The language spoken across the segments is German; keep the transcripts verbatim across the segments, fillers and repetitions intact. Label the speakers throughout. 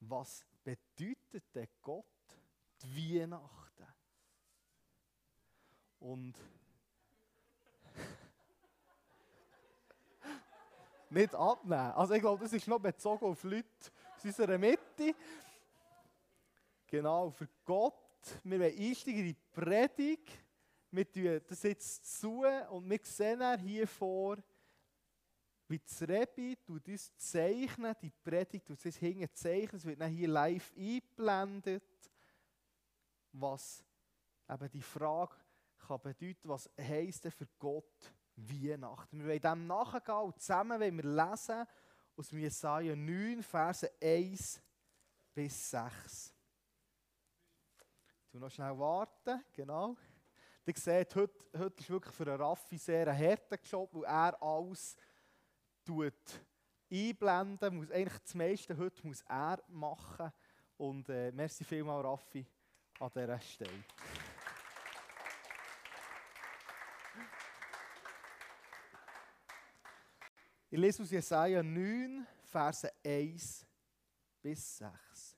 Speaker 1: was bedeutet denn Gott die Weihnachten? Und nicht abnehmen. Also ich glaube, das ist noch bezogen auf Leute aus unserer Mitte. Genau, für Gott. Wir wollen einsteigen in die Predigt. Wir tun das jetzt zu und wir sehen hier vor, wie das Rebi tut uns zeichnen, die Predigt tut uns hinten zeichnen, es wird dann hier live eingeblendet, was eben die Frage kann bedeuten, was heisst denn für Gott Weihnachten. Wir wollen dem nachgehen und zusammen wollen wir lesen aus Jesaja neun, Verse eins bis sechs. Ich noch schnell warten, genau. Ihr seht, heute, heute ist wirklich für einen Raffi sehr ein harter Job, weil er alles tut einblenden muss. Eigentlich das meiste heute muss er machen. Und äh, merci vielmals, Raffi, an dieser Stelle. Ich lese aus Jesaja neun, Verse eins bis sechs.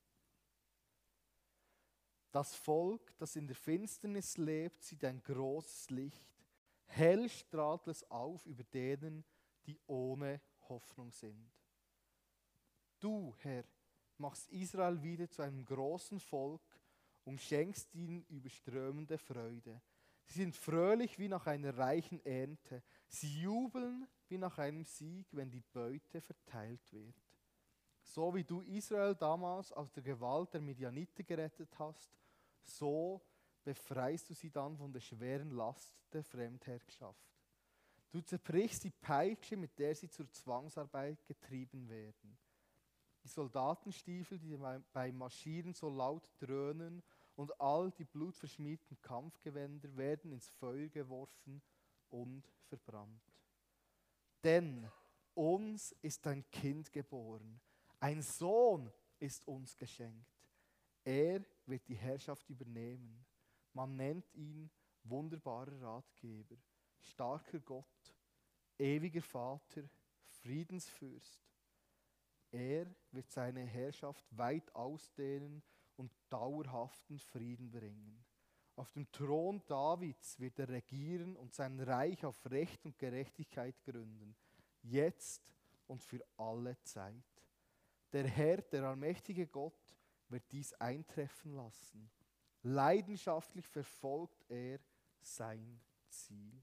Speaker 1: Das Volk, das in der Finsternis lebt, sieht ein großes Licht. Hell strahlt es auf über denen, die ohne Hoffnung sind. Du, Herr, machst Israel wieder zu einem großen Volk und schenkst ihnen überströmende Freude. Sie sind fröhlich wie nach einer reichen Ernte. Sie jubeln wie nach einem Sieg, wenn die Beute verteilt wird. So wie du Israel damals aus der Gewalt der Midianiter gerettet hast, so befreist du sie dann von der schweren Last der Fremdherrschaft. Du zerbrichst die Peitsche, mit der sie zur Zwangsarbeit getrieben werden. Die Soldatenstiefel, die beim Marschieren so laut dröhnen, und all die blutverschmierten Kampfgewänder werden ins Feuer geworfen und verbrannt. Denn uns ist ein Kind geboren, ein Sohn ist uns geschenkt. Er wird die Herrschaft übernehmen. Man nennt ihn wunderbarer Ratgeber, starker Gott, ewiger Vater, Friedensfürst. Er wird seine Herrschaft weit ausdehnen und dauerhaften Frieden bringen. Auf dem Thron Davids wird er regieren und sein Reich auf Recht und Gerechtigkeit gründen, jetzt und für alle Zeit. Der Herr, der allmächtige Gott, wird dies eintreffen lassen. Leidenschaftlich verfolgt er sein Ziel.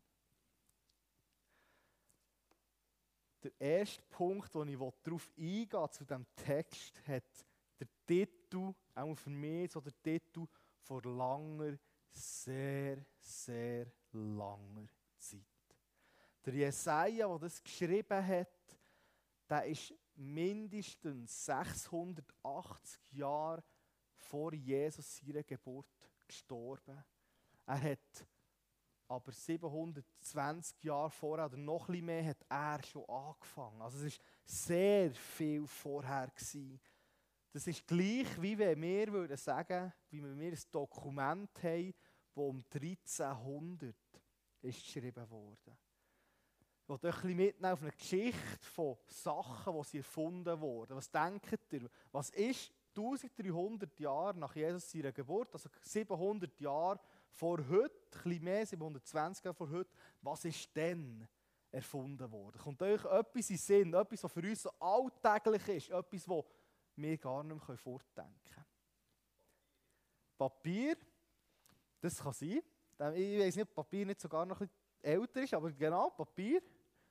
Speaker 1: Der erste Punkt, wo ich darauf eingehe, zu diesem Text, hat der Titel, auch für mich, so der Titel vor langer, sehr, sehr langer Zeit. Der Jesaja, der das geschrieben hat, der ist mindestens sechshundertachtzig Jahre vor Jesus seiner Geburt gestorben. Er hat aber siebenhundertzwanzig Jahre vorher oder noch ein bisschen mehr hat er schon angefangen. Also es war sehr viel vorher gewesen. Das ist gleich, wie wenn wir würden sagen, wie wenn wir ein Dokument haben, das um dreizehnhundert ist geschrieben wurde. Ich will euch ein bisschen mitnehmen auf eine Geschichte von Sachen, die sie erfunden wurden. Was denkt ihr? Was ist dreizehnhundert Jahre nach Jesus seiner Geburt, also siebenhundert Jahre vor heute, ein bisschen mehr, siebenhundertzwanzig Jahre vor heute, was ist denn erfunden worden? Kommt euch etwas in den Sinn, etwas, was für uns so alltäglich ist, etwas, das wir gar nicht mehr fortdenken können? Papier, das kann sein. Ich weiß nicht, ob Papier nicht sogar noch ein bisschen älter ist, aber genau, Papier.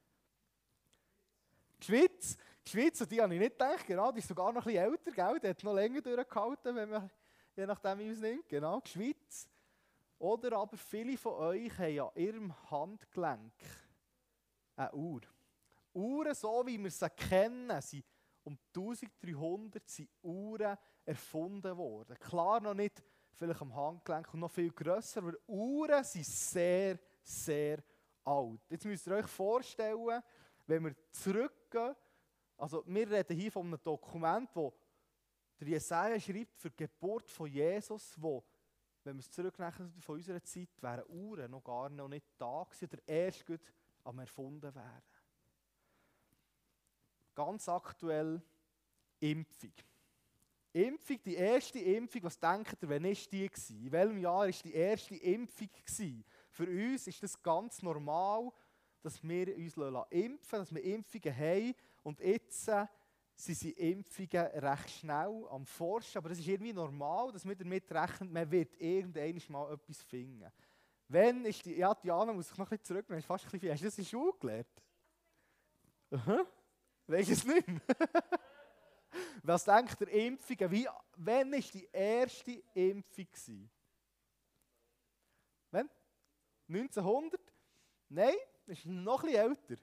Speaker 1: Die Schweiz, die Schweiz, die habe ich nicht gedacht, genau, die ist sogar noch ein bisschen älter, gell? Die hat noch länger durchgehalten, wenn man, je nachdem, wie man es nimmt. Genau, die Schweiz. Oder aber viele von euch haben ja in ihrem Handgelenk eine Uhr. Uhren, so wie wir sie kennen, sind um dreizehnhundert sind Uhren erfunden worden. Klar noch nicht vielleicht am Handgelenk und noch viel grösser, aber Uhren sind sehr, sehr alt. Jetzt müsst ihr euch vorstellen, wenn wir zurückgehen, also wir reden hier von einem Dokument, wo der Jesaja schreibt für die Geburt von Jesus, wo, wenn wir es zurücknehmen von unserer Zeit, wären Uhren noch gar noch nicht da gewesen oder erst gut am erfunden werden. Ganz aktuell Impfung. Impfung, die erste Impfung, was denkt ihr, wann war die gewesen? In welchem Jahr war die erste Impfung gewesen? Für uns ist das ganz normal, dass wir uns impfen lassen, dass wir Impfungen haben. Und jetzt äh, sind die Impfungen recht schnell am Forschen. Aber es ist irgendwie normal, dass wir damit rechnen, man wird irgendwann mal etwas finden. Wenn ist die, ja, Diana muss sich noch ein bisschen zurücknehmen, fast ein bisschen viel. Hast du das in der Schule gelernt? Aha. Weisst du es nicht mehr? Was denkt ihr, Impfungen? Wie, wann war die erste Impfung gewesen? Wann? neunzehnhundert? Nein, das ist noch ein bisschen älter.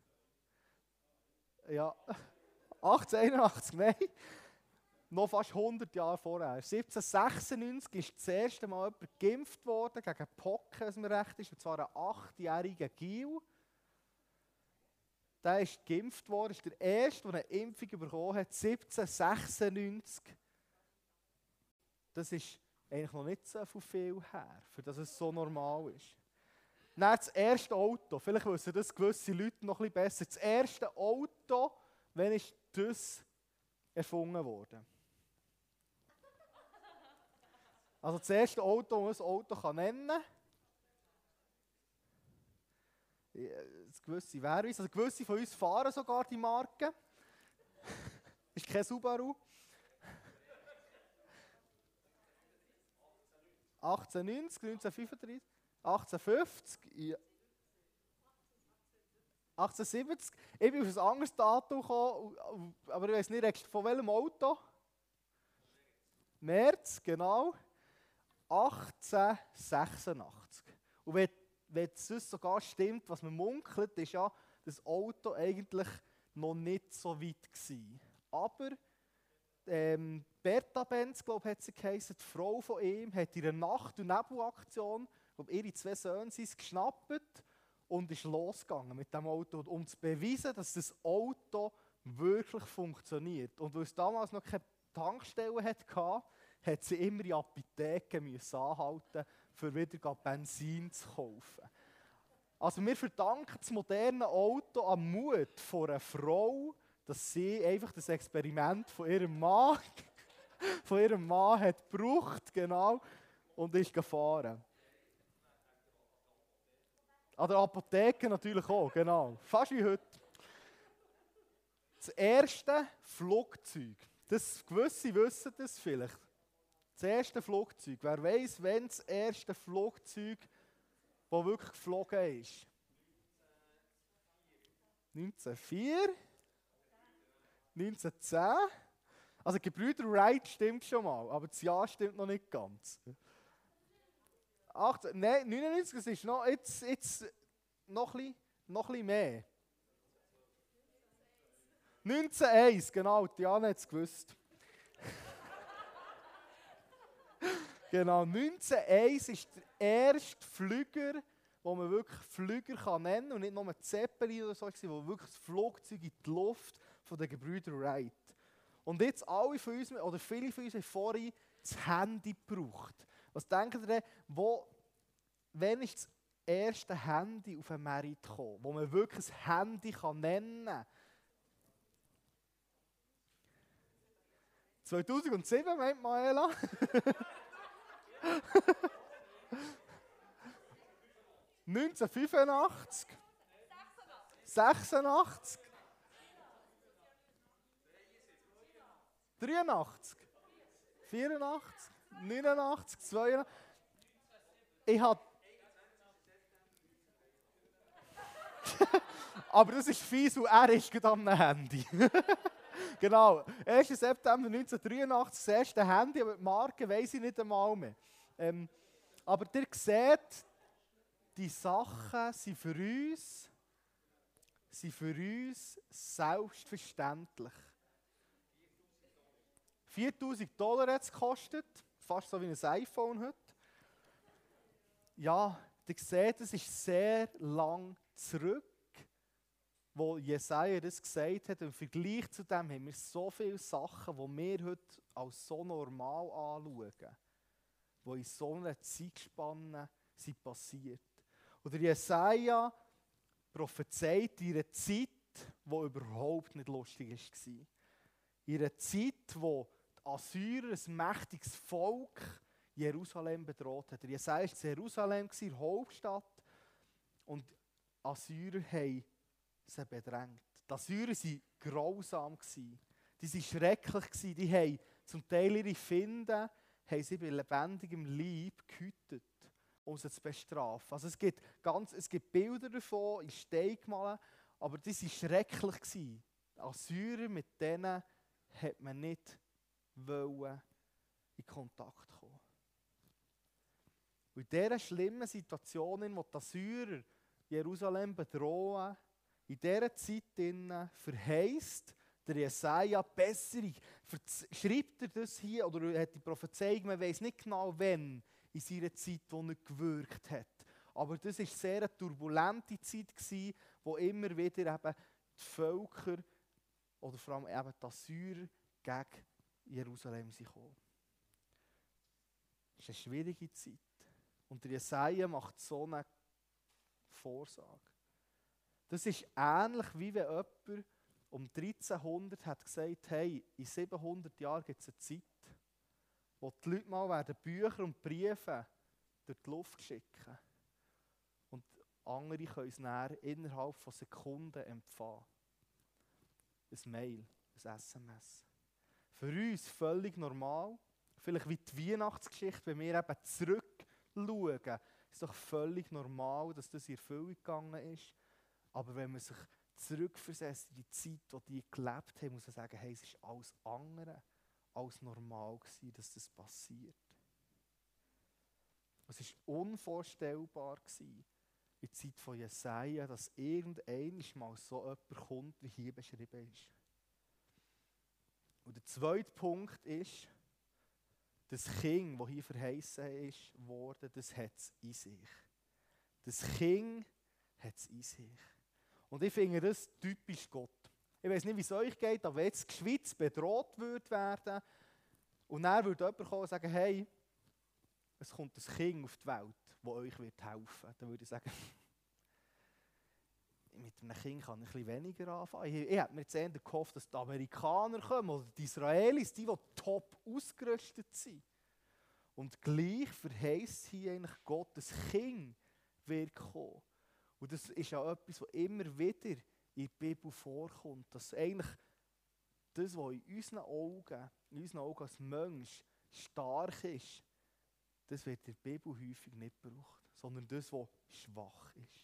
Speaker 1: Ja, achtzehnhunderteinundachtzig, nein. Noch fast hundert Jahre vorher. siebzehnhundertsechsundneunzig ist das erste Mal jemand geimpft worden gegen Pocken, was mir recht ist, und zwar ein achtjähriger Gil. Der ist geimpft worden, ist der erste, der eine Impfung bekommen hat, siebzehnhundertsechsundneunzig. Das ist eigentlich noch nicht so viel her, für das es so normal ist. Dann das erste Auto, vielleicht wissen das gewisse Leute noch ein bisschen besser. Das erste Auto, wann ist das erfunden worden? Also das erste Auto, das man ein Auto nennen kann. Das gewisse wer weiss. Also gewisse von uns fahren sogar die Marke. Ist kein Subaru. achtzehnhundertneunzig, neunzehnhundertfünfunddreißig, achtzehnhundertfünfzig, ja. achtzehnhundertsiebzig. Ich bin auf ein anderes Datum gekommen, aber ich weiß nicht, von welchem Auto? März, genau. achtzehnhundertsechsundachtzig. Und wenn, wenn es sogar stimmt, was man munkelt, ist ja das Auto eigentlich noch nicht so weit gewesen. Aber ähm, Bertha Benz, glaube ich, hat sie geheißen, die Frau von ihm, hat in einer Nacht- und Nebelaktion, glaube ihre zwei Söhne sind geschnappt und ist losgegangen mit dem Auto, um zu beweisen, dass das Auto wirklich funktioniert. Und weil es damals noch keine Tankstelle hatte, hat sie immer in Apotheken müssen anhalten, um wieder Benzin zu kaufen. Also wir verdanken das moderne Auto am Mut von einer Frau, dass sie einfach das Experiment von ihrem Mann, von ihrem Mann hat gebraucht, genau, und ist gefahren. An der Apotheke natürlich auch, genau. Fast wie heute. Das erste Flugzeug. Das gewisse wissen das vielleicht. Das erste Flugzeug. Wer weiß, wann das erste Flugzeug, das wirklich geflogen ist? neunzehnhundertvier? neunzehnhundertzehn? Also Gebrüder Wright stimmt schon mal, aber das Jahr stimmt noch nicht ganz. achtzehn, nein, neunundneunzig, das ist noch, jetzt, jetzt noch, ein bisschen, noch ein bisschen mehr. neunzehnhunderteins, genau, Diana hat es gewusst. Genau, neunzehnhunderteins ist der erste Flüger, wo man wirklich Flüger kann nennen kann und nicht nur ein Zeppelin oder so, wo wirklich das Flugzeug in die Luft von den Gebrüder Wright. Und jetzt alle von uns, oder viele von uns haben vorhin das Handy gebraucht. Was denkt ihr denn, wo, wann ist das erste Handy auf den Markt gekommen, wo man wirklich ein Handy kann nennen kann? zweitausendsieben, meint Maela? neunzehnhundertfünfundachtzig? sechsundachtzig? dreiundachtzig? vierundachtzig? neunundachtzig? zweiundachtzig? Ich habe... Aber das ist fies, und er ist gerade am Handy. Genau, erster September neunzehnhundertdreiundachtzig, das erste Handy, aber die Marke weiss ich nicht einmal mehr. Ähm, aber ihr seht, die Sachen sind für uns, sind für uns selbstverständlich. viertausend Dollar hat es gekostet, fast so wie ein iPhone heute. Ja, ihr seht, es ist sehr lang zurück, wo Jesaja das gesagt hat. Im Vergleich zu dem haben wir so viele Sachen, die wir heute als so normal anschauen, die in so einer Zeitspanne sind passiert. Oder Jesaja prophezeit in einer Zeit, die überhaupt nicht lustig war. In einer Zeit, wo die Assyrer, ein mächtiges Volk, Jerusalem bedroht hat. Jesaja war in Jerusalem, die Hauptstadt, und die Assyrer haben sie bedrängt. Die Assyrer waren grausam, die waren schrecklich, die haben zum Teil ihre Finden, haben sie bei lebendigem Leib gehütet, um sie zu bestrafen. Also es gibt, ganz, es gibt Bilder davon, in Stein gemalt, aber die waren schrecklich. Die Assyrer, mit denen hat man nicht wollen in Kontakt kommen. Und in dieser schlimmen Situation, in der die Assyrer Jerusalem bedrohen, in dieser Zeit verheißt der Jesaja Besserung. Schreibt er das hier, oder hat die Prophezeiung, man weiß nicht genau wann, in seiner Zeit, wo er gewirkt hat. Aber das war eine sehr turbulente Zeit, wo immer wieder eben die Völker, oder vor allem eben die Assyrer, gegen Jerusalem kamen. Das ist eine schwierige Zeit. Und der Jesaja macht so eine Vorsage. Das ist ähnlich, wie wenn jemand um dreizehnhundert hat gesagt, hey, in siebenhundert Jahren gibt es eine Zeit, wo die Leute mal werden Bücher und Briefe durch die Luft schicken. Und andere können es dann innerhalb von Sekunden empfangen. Ein Mail, ein S M S. Für uns völlig normal. Vielleicht wie die Weihnachtsgeschichte, wenn wir eben zurückschauen, ist doch völlig normal, dass das in Erfüllung gegangen ist. Aber wenn man sich zurückversetzt in die Zeit, in der die gelebt haben, muss man sagen, hey, es war alles andere als normal gewesen, dass das passiert. Es war unvorstellbar gewesen, in der Zeit von Jesaja, dass irgendwann mal so jemand kommt, wie hier beschrieben ist. Und der zweite Punkt ist, das Kind, das hier verheißen ist worden, das hat es in sich. Das Kind hat es in sich. Und ich finde das typisch Gott. Ich weiß nicht, wie es euch geht, aber wenn jetzt die Schweiz bedroht wird werden und dann würde jemand kommen und sagen, hey, es kommt ein Kind auf die Welt, das euch wird helfen wird, dann würde ich sagen, mit einem Kind kann ich ein bisschen weniger anfangen. Ich, ich hätte mir jetzt eher gehofft, dass die Amerikaner kommen oder die Israelis, die, die top ausgerüstet sind. Und gleich verheißt hier eigentlich Gott, das Kind wird kommen. Und das ist ja etwas, was immer wieder in der Bibel vorkommt. Dass eigentlich das, was in unseren Augen, in unseren Augen als Mensch stark ist, das wird in der Bibel häufig nicht gebraucht, sondern das, was schwach ist.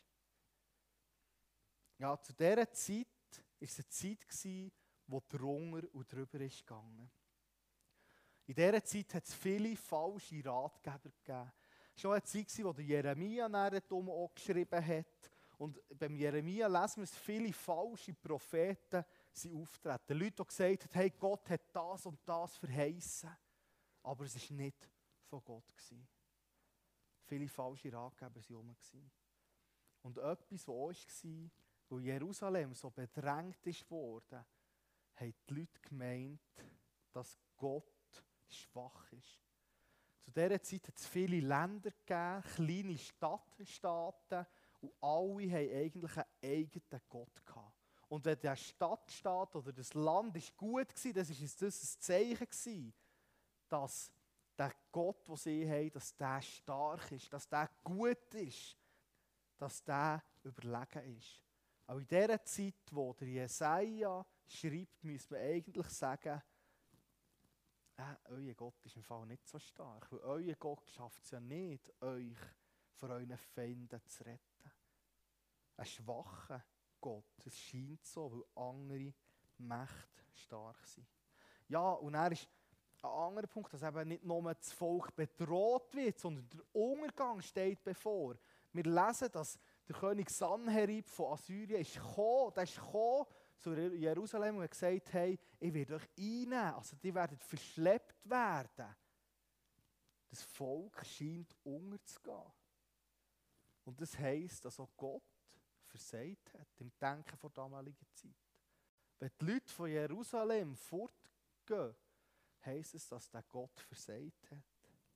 Speaker 1: Ja, zu dieser Zeit war es eine Zeit, wo drunter und drüber ist gegangen. In dieser Zeit hat es viele falsche Ratgeber gegeben. Schon eine Zeit, in der Jeremia darum auch geschrieben hat. Und beim Jeremia lesen wir, dass viele falsche Propheten sind auftreten. Leute, die gesagt haben, hey, Gott hat das und das verheißen. Aber es war nicht von Gott. Viele falsche Ratgeber waren herum. Und etwas, was auch war, weil Jerusalem so bedrängt wurde, haben die Leute gemeint, dass Gott schwach ist. Zu dieser Zeit hat es viele Länder gegeben, kleine Stadtstaaten, und alle hatten eigentlich einen eigenen Gott gehabt. Und wenn der Stadtstaat oder das Land ist gut war, das war das ein Zeichen gewesen, dass der Gott, den sie haben, dass der stark ist, dass der gut ist, dass der überlegen ist. Auch in dieser Zeit, wo der Jesaja schreibt, müsste man eigentlich sagen, äh, euer Gott ist im Fall nicht so stark, weil euer Gott schafft es ja nicht, euch vor euren Feinden zu retten. Ein schwacher Gott, es scheint so, weil andere Mächte stark sind. Ja, und er ist ein anderer Punkt, dass eben nicht nur das Volk bedroht wird, sondern der Untergang steht bevor. Wir lesen, dass der König Sanherib von Assyrien ist gekommen, der ist gekommen zu Jerusalem und hat gesagt, hey, ich werde euch einnehmen, also die werden verschleppt werden. Das Volk scheint unterzugehen. Und das heisst, dass auch Gott versagt hat im Denken der damaligen Zeit. Wenn die Leute von Jerusalem fortgehen, heisst es, dass der Gott versagt hat.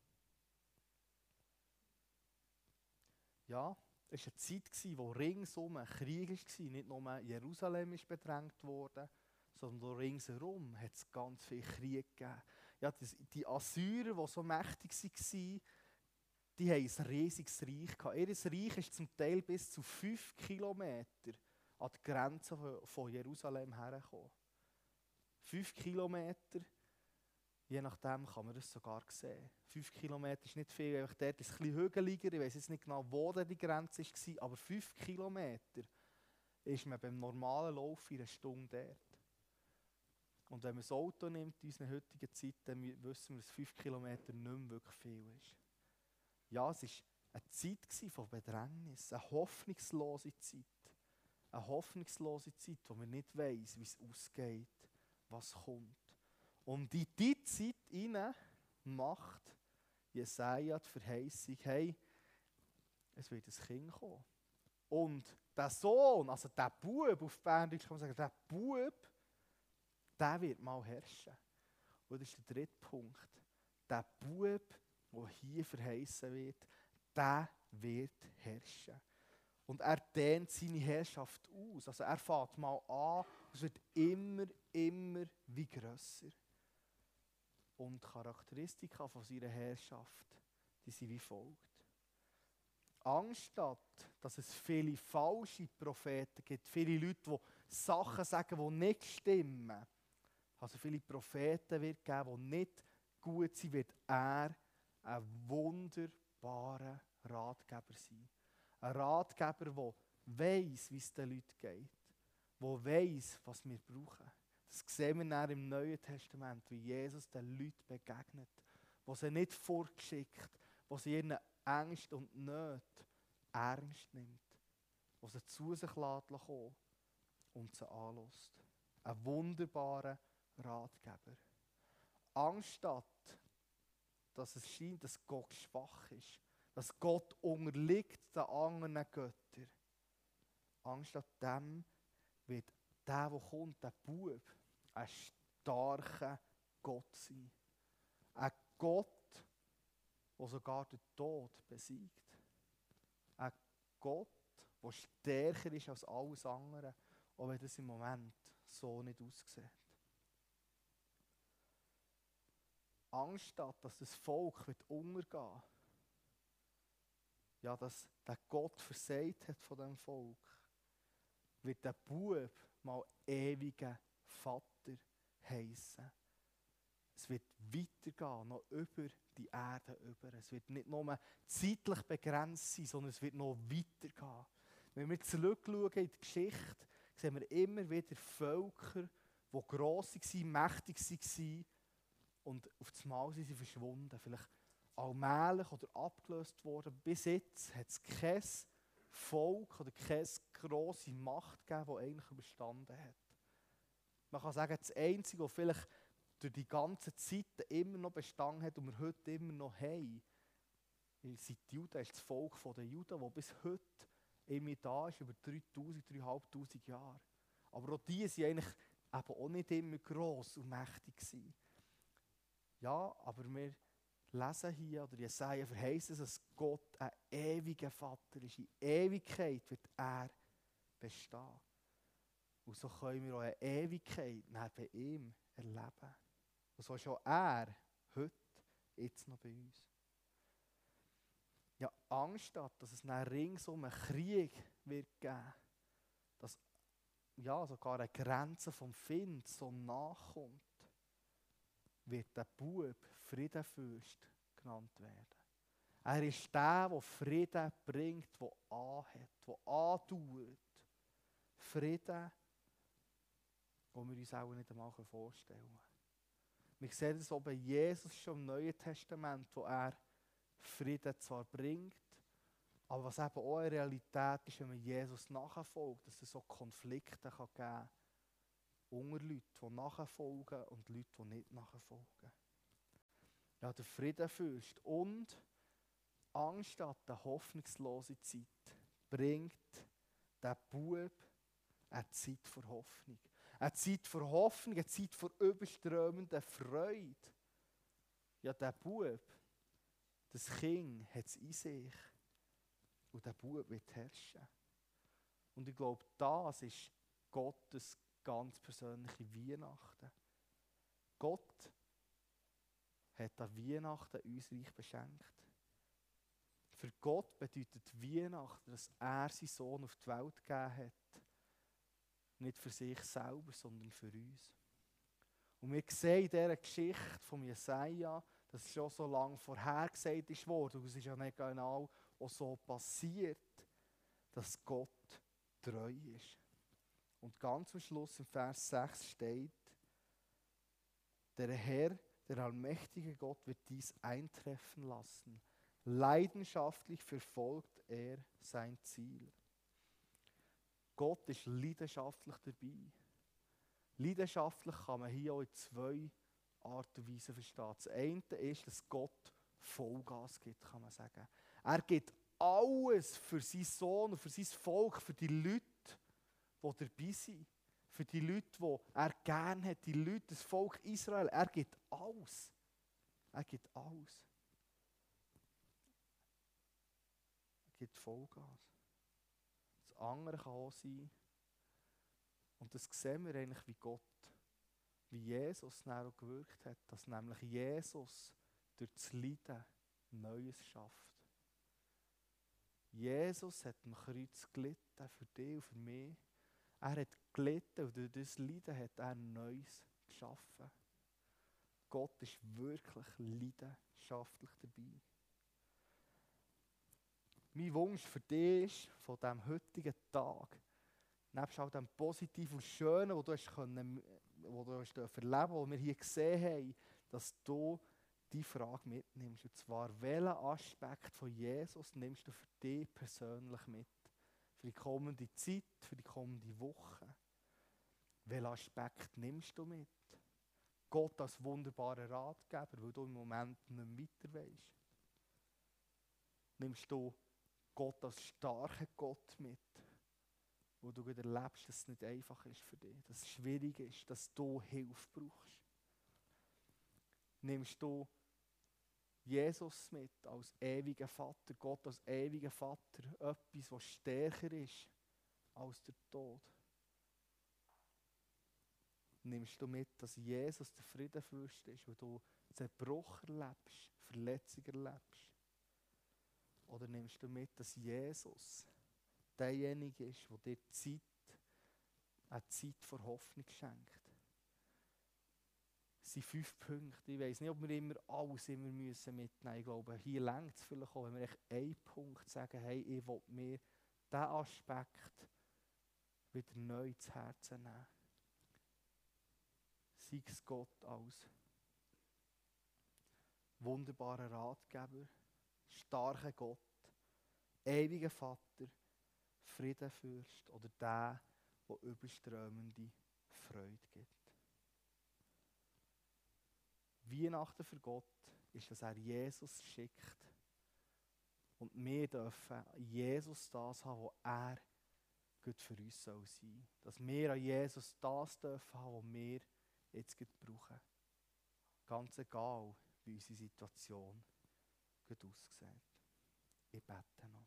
Speaker 1: Ja, es war eine Zeit, wo ringsum ein Krieg war. Nicht nur Jerusalem ist bedrängt worden, sondern ringsherum hat es ganz viel Krieg gegeben. ja, das, die Assyrer, die so mächtig waren, die haben ein riesiges Reich gehabt. Ihr Reich ist zum Teil bis zu fünf Kilometer an die Grenze von, von Jerusalem hergekommen. Fünf Kilometer, je nachdem kann man das sogar sehen. Fünf Kilometer ist nicht viel, einfach dort ist es ein bisschen hügeliger, ich weiß jetzt nicht genau, wo die Grenze war, aber fünf Kilometer ist man beim normalen Lauf in einer Stunde dort. Und wenn man das Auto nimmt in unserer heutigen Zeit, dann wissen wir, dass fünf Kilometer nicht mehr wirklich viel ist. Ja, es war eine Zeit von Bedrängnis, eine hoffnungslose Zeit. Eine hoffnungslose Zeit, wo man nicht weiss, wie es ausgeht, was kommt. Und in diese Zeit hinein macht Jesaja die Verheißung, hey, es wird ein Kind kommen. Und der Sohn, also der Bub, auf Berndeutsch kann man sagen, der Bub, der wird mal herrschen. Und das ist der dritte Punkt. Der Bub, der hier verheißen wird, der wird herrschen. Und er dehnt seine Herrschaft aus. Also er fängt mal an, es wird immer, immer wie grösser. Und die Charakteristika von seiner Herrschaft, die sind wie folgt. Anstatt, dass es viele falsche Propheten gibt, viele Leute, die Sachen sagen, die nicht stimmen, also viele Propheten wird geben, die nicht gut sind, wird er ein wunderbarer Ratgeber sein. Ein Ratgeber, der weiss, wie es den Leuten geht, der weiss, was wir brauchen. Das sehen wir dann im Neuen Testament, wie Jesus den Leuten begegnet, der sie nicht vorgeschickt, der sie ihren Ängsten und Nöten ernst nimmt, der sie zu sich kommen und sie anlässt. Ein wunderbarer Ratgeber. Anstatt, dass es scheint, dass Gott schwach ist, dass Gott unterliegt den anderen Göttern. Anstatt dem wird der, der kommt, der Bub, ein starker Gott sein. Ein Gott, der sogar den Tod besiegt. Ein Gott, der stärker ist als alles andere, auch wenn das im Moment so nicht aussieht. Anstatt dass das Volk wird untergehen, ja, dass der Gott versagt hat von dem Volk, wird der Bub mal ewiger Vater heissen. Es wird weitergehen, noch über die Erde über. Es wird nicht nur zeitlich begrenzt sein, sondern es wird noch weitergehen. Wenn wir zurückschauen in die Geschichte, sehen wir immer wieder Völker, die gross waren, mächtig waren und auf einmal sind sie verschwunden. Vielleicht allmählich oder abgelöst worden. Bis jetzt hat es kein Volk oder keine grosse Macht gegeben, die eigentlich überstanden hat. Man kann sagen, das Einzige, was vielleicht durch die ganze Zeit immer noch bestanden hat und wir heute immer noch haben, sind die Juden, ist das Volk der Juden, das bis heute immer da ist, über dreitausend, dreitausendfünfhundert Jahre. Aber auch die waren eigentlich eben auch nicht immer gross und mächtig gewesen. Ja, aber wir lesen hier, oder Jesaja verheißt es, dass Gott ein ewiger Vater ist. In Ewigkeit wird er bestehen. Und so können wir auch eine Ewigkeit neben ihm erleben. Und so ist auch er heute, jetzt noch bei uns. Ja, anstatt dass es dann ringsum einen Krieg wird geben, dass ja, sogar eine Grenze vom Find so nachkommt, wird der Bub Friedenfürst genannt werden. Er ist der, der Frieden bringt, der anhat, der andauert. Frieden, den wir uns auch nicht einmal vorstellen können. Wir sehen es auch bei Jesus schon im Neuen Testament, wo er Frieden zwar bringt, aber was eben auch eine Realität ist, wenn man Jesus nachfolgt, dass es so Konflikte kann geben kann unter Leuten, die nachfolgen und Leute, die nicht nachfolgen. Ja, der Friedenfürst. Und anstatt der hoffnungslosen Zeit bringt der Bub eine Zeit für Hoffnung. Eine Zeit für Hoffnung, eine Zeit für überströmende Freude. Ja, der Bub, das Kind hat es in sich. Und der Bub wird herrschen. Und ich glaube, das ist Gottes ganz persönliche Weihnachten. Gott hat an Weihnachten uns reich beschenkt. Für Gott bedeutet Weihnachten, dass er seinen Sohn auf die Welt gegeben hat. Nicht für sich selber, sondern für uns. Und wir sehen in dieser Geschichte von Jesaja, dass es schon so lange vorhergesagt ist worden, und es ist ja nicht genau auch so passiert, dass Gott treu ist. Und ganz am Schluss im Vers sechs steht, der Herr, der allmächtige Gott, wird dies eintreffen lassen. Leidenschaftlich verfolgt er sein Ziel. Gott ist leidenschaftlich dabei. Leidenschaftlich kann man hier auch in zwei Arten und Weisen verstehen. Das eine ist, dass Gott Vollgas gibt, kann man sagen. Er gibt alles für seinen Sohn und für sein Volk, für die Leute, die dabei sind. Für die Leute, die er gerne hat, die Leute, das Volk Israel. Er gibt alles. Er gibt alles. Er gibt Vollgas. Das andere kann auch sein, und das sehen wir eigentlich, wie Gott, wie Jesus dann auch gewirkt hat, dass nämlich Jesus durch das Leiden Neues schafft. Jesus hat am Kreuz gelitten, für dich und für mich. Er hat gelitten und durch das Leiden hat er Neues geschaffen. Gott ist wirklich leidenschaftlich dabei. Mein Wunsch für dich ist, von diesem heutigen Tag, nebst all dem Positiven und Schönen, das du hast können, wo du hast erleben, was wir hier gesehen haben, dass du die Frage mitnimmst. Und zwar, welchen Aspekt von Jesus nimmst du für dich persönlich mit? Für die kommende Zeit, für die kommende Woche. Welchen Aspekt nimmst du mit? Gott als wunderbarer Ratgeber, weil du im Moment nicht mehr weiter weisst. Nimmst du Gott als starker Gott mit, wo du wieder erlebst, dass es nicht einfach ist für dich, dass es schwierig ist, dass du Hilfe brauchst. Nimmst du Jesus mit als ewiger Vater, Gott als ewiger Vater, etwas, was stärker ist als der Tod. Nimmst du mit, dass Jesus der Friedenfürst ist, wo du Zerbruch erlebst, Verletzung erlebst? Oder nimmst du mit, dass Jesus derjenige ist, der dir Zeit, eine Zeit vor Hoffnung schenkt? Das sind fünf Punkte. Ich weiss nicht, ob wir immer alles immer müssen mitnehmen müssen. Ich glaube, hier reicht es vielleicht auch, wenn wir echt einen Punkt sagen, hey, ich will mir diesen Aspekt wieder neu zu Herzen nehmen. Sei es Gott als wunderbarer Ratgeber, starker Gott, ewiger Vater, Friedenfürst oder der, der überströmende Freude gibt. Weihnachten für Gott ist, dass er Jesus schickt. Und wir dürfen Jesus das haben, was er gut für uns soll sein. Dass wir an Jesus das dürfen haben, was wir jetzt gut brauchen. Ganz egal, wie unsere Situation gut aussieht. Ich bete noch.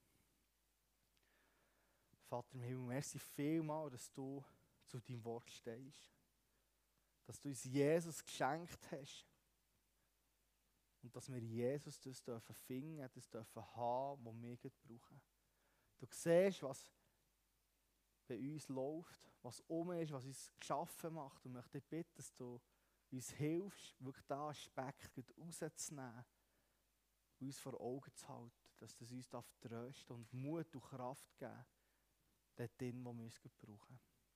Speaker 1: Vater im Himmel, merci vielmals, dass du zu deinem Wort stehst. Dass du uns Jesus geschenkt hast. Und dass wir Jesus das dürfen finden, das dürfen haben, was wir gut brauchen. Du siehst, was bei uns läuft, was um ist, was uns geschaffen macht. Und möchte dich bitten, dass du uns hilfst, wirklich diesen Aspekt gut rauszunehmen, uns vor Augen zu halten, dass das uns trösten und Mut und Kraft geben, dort drin, wo wir es gut brauchen.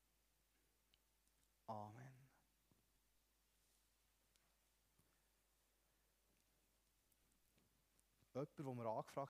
Speaker 1: Amen. Jemand, der mir angefragt